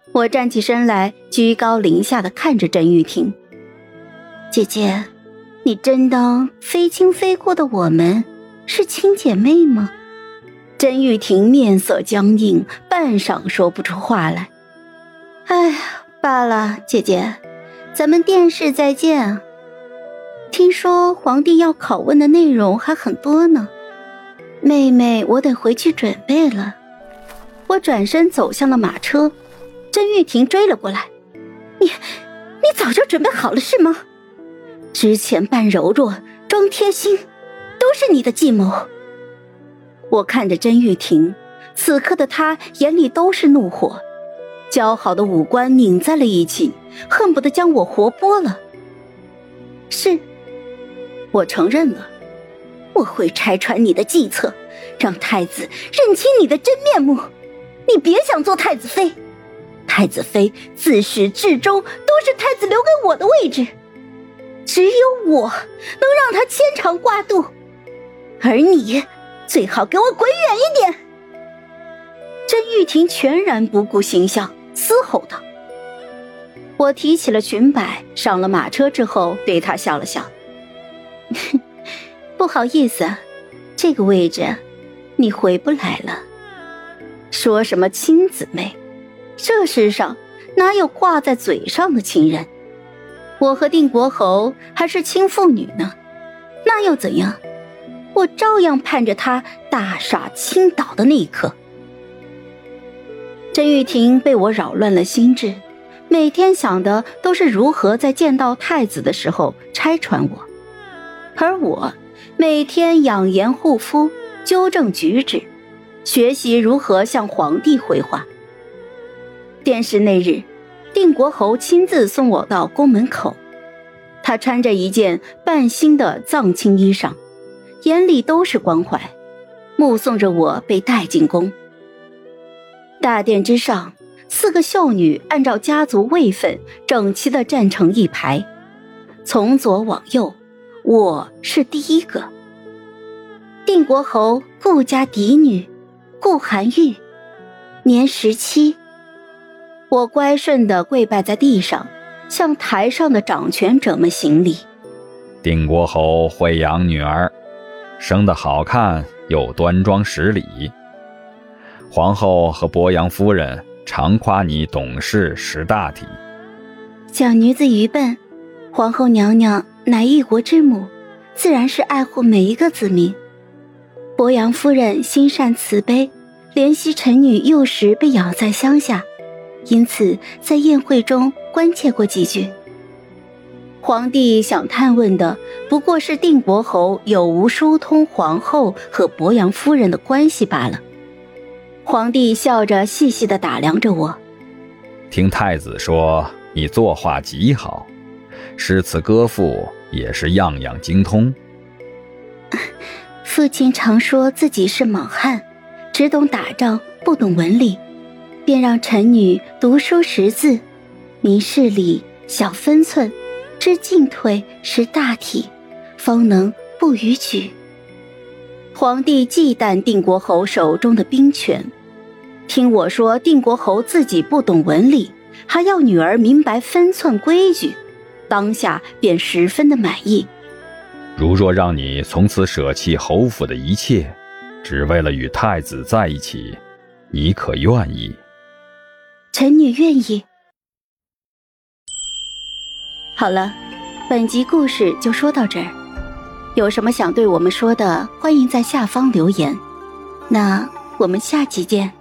我站起身来，居高临下地看着甄玉婷。姐姐，你真当非亲非故的我们是亲姐妹吗？甄玉婷面色僵硬，半晌说不出话来。哎呀，罢了，姐姐，咱们殿试再见。听说皇帝要拷问的内容还很多呢。妹妹，我得回去准备了。我转身走向了马车，甄玉婷追了过来。你早就准备好了是吗？之前扮柔弱装贴心都是你的计谋。我看着甄玉婷，此刻的她眼里都是怒火，姣好的五官拧在了一起，恨不得将我活剥了。是，我承认了，我会拆穿你的计策，让太子认清你的真面目。你别想做太子妃，太子妃自始至终都是太子留给我的位置，只有我能让他牵肠挂肚，而你最好给我滚远一点。甄玉婷全然不顾形象，嘶吼道。我提起了裙摆，上了马车之后对她笑了笑。不好意思，这个位置你回不来了。说什么亲姊妹，这世上哪有挂在嘴上的亲人？我和定国侯还是亲父女呢，那又怎样？我照样盼着他大厦倾倒的那一刻。甄玉婷被我扰乱了心智，每天想的都是如何在见到太子的时候拆穿我，而我每天养颜护肤，纠正举止，学习如何向皇帝回话。殿试那日，定国侯亲自送我到宫门口，他穿着一件半新的藏青衣裳，眼里都是关怀，目送着我被带进宫。大殿之上，4个秀女按照家族位分整齐地站成一排，从左往右，我是第一个。定国侯顾家嫡女顾寒玉，年17。我乖顺地跪拜在地上，向台上的掌权者们行礼。 定国侯会养女儿，生得好看又端庄识礼。皇后和伯阳夫人常夸你懂事识大体。 小女子愚笨，皇后娘娘乃一国之母，自然是爱护每一个子民。伯阳夫人心善慈悲，怜惜臣女幼时被养在乡下，因此在宴会中关切过几句。皇帝想探问的不过是定国侯有无疏通皇后和伯阳夫人的关系罢了。皇帝笑着细细地打量着我。 听太子说你作画极好，诗词歌赋也是样样精通。 父亲常说自己是莽汉，只懂打仗不懂文理，便让臣女读书识字，明事理晓分寸，知进退识大体，方能不逾矩。皇帝忌惮定国侯手中的兵权，听我说定国侯自己不懂文理，还要女儿明白分寸规矩，当下便十分的满意。 如若让你从此舍弃侯府的一切，只为了与太子在一起，你可愿意？ 臣女愿意。好了，本集故事就说到这儿。有什么想对我们说的，欢迎在下方留言。那我们下集见。